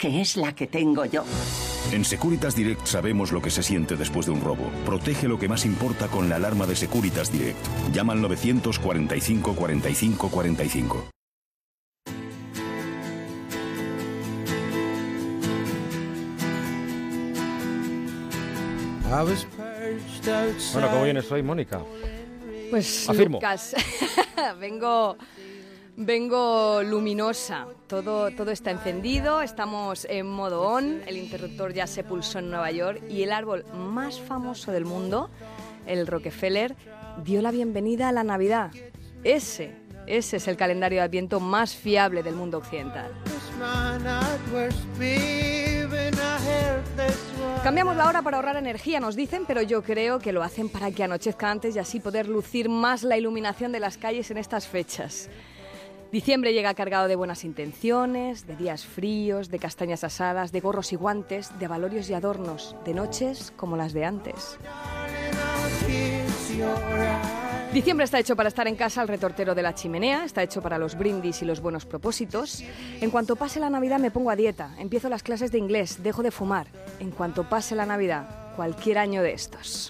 que es la que tengo yo. En Securitas Direct sabemos lo que se siente después de un robo. Protege lo que más importa con la alarma de Securitas Direct. Llama al 945 45 45. Bueno, ¿cómo vienes hoy, Mónica? Pues, afirmo. Lucas, vengo luminosa. Todo está encendido, estamos en modo on, el interruptor ya se pulsó en Nueva York y el árbol más famoso del mundo, el Rockefeller, dio la bienvenida a la Navidad. Ese es el calendario de Adviento más fiable del mundo occidental. Cambiamos la hora para ahorrar energía, nos dicen, pero yo creo que lo hacen para que anochezca antes y así poder lucir más la iluminación de las calles en estas fechas. Diciembre llega cargado de buenas intenciones, de días fríos, de castañas asadas, de gorros y guantes, de abalorios y adornos, de noches como las de antes. Diciembre está hecho para estar en casa al retortero de la chimenea, está hecho para los brindis y los buenos propósitos. En cuanto pase la Navidad me pongo a dieta, empiezo las clases de inglés, dejo de fumar. En cuanto pase la Navidad, cualquier año de estos.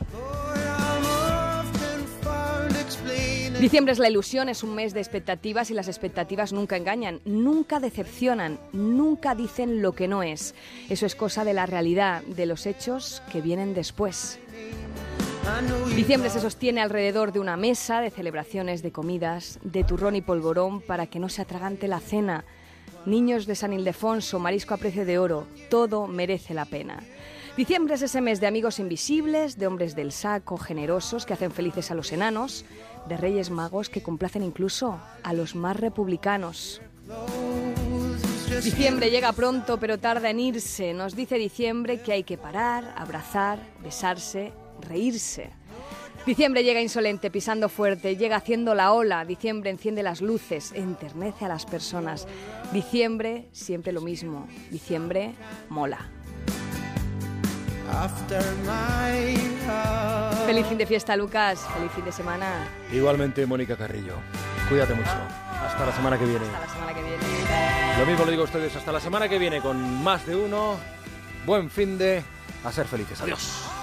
Diciembre es la ilusión, es un mes de expectativas y las expectativas nunca engañan, nunca decepcionan, nunca dicen lo que no es. Eso es cosa de la realidad, de los hechos que vienen después. Diciembre se sostiene alrededor de una mesa de celebraciones, de comidas, de turrón y polvorón para que no se atragante la cena. Niños de San Ildefonso, marisco a precio de oro, todo merece la pena. Diciembre es ese mes de amigos invisibles, de hombres del saco generosos que hacen felices a los enanos, de reyes magos que complacen incluso a los más republicanos. Diciembre llega pronto pero tarda en irse. Nos dice diciembre que hay que parar, abrazar, besarse, reírse. Diciembre llega insolente, pisando fuerte, llega haciendo la ola. Diciembre enciende las luces, enternece a las personas. Diciembre, siempre lo mismo. Diciembre, mola. Feliz fin de fiesta, Lucas. Feliz fin de semana. Igualmente, Mónica Carrillo. Cuídate mucho. Hasta la semana que viene. Hasta la semana que viene. Lo mismo lo digo a ustedes. Hasta la semana que viene con más de uno. Buen fin de... A ser felices. Adiós.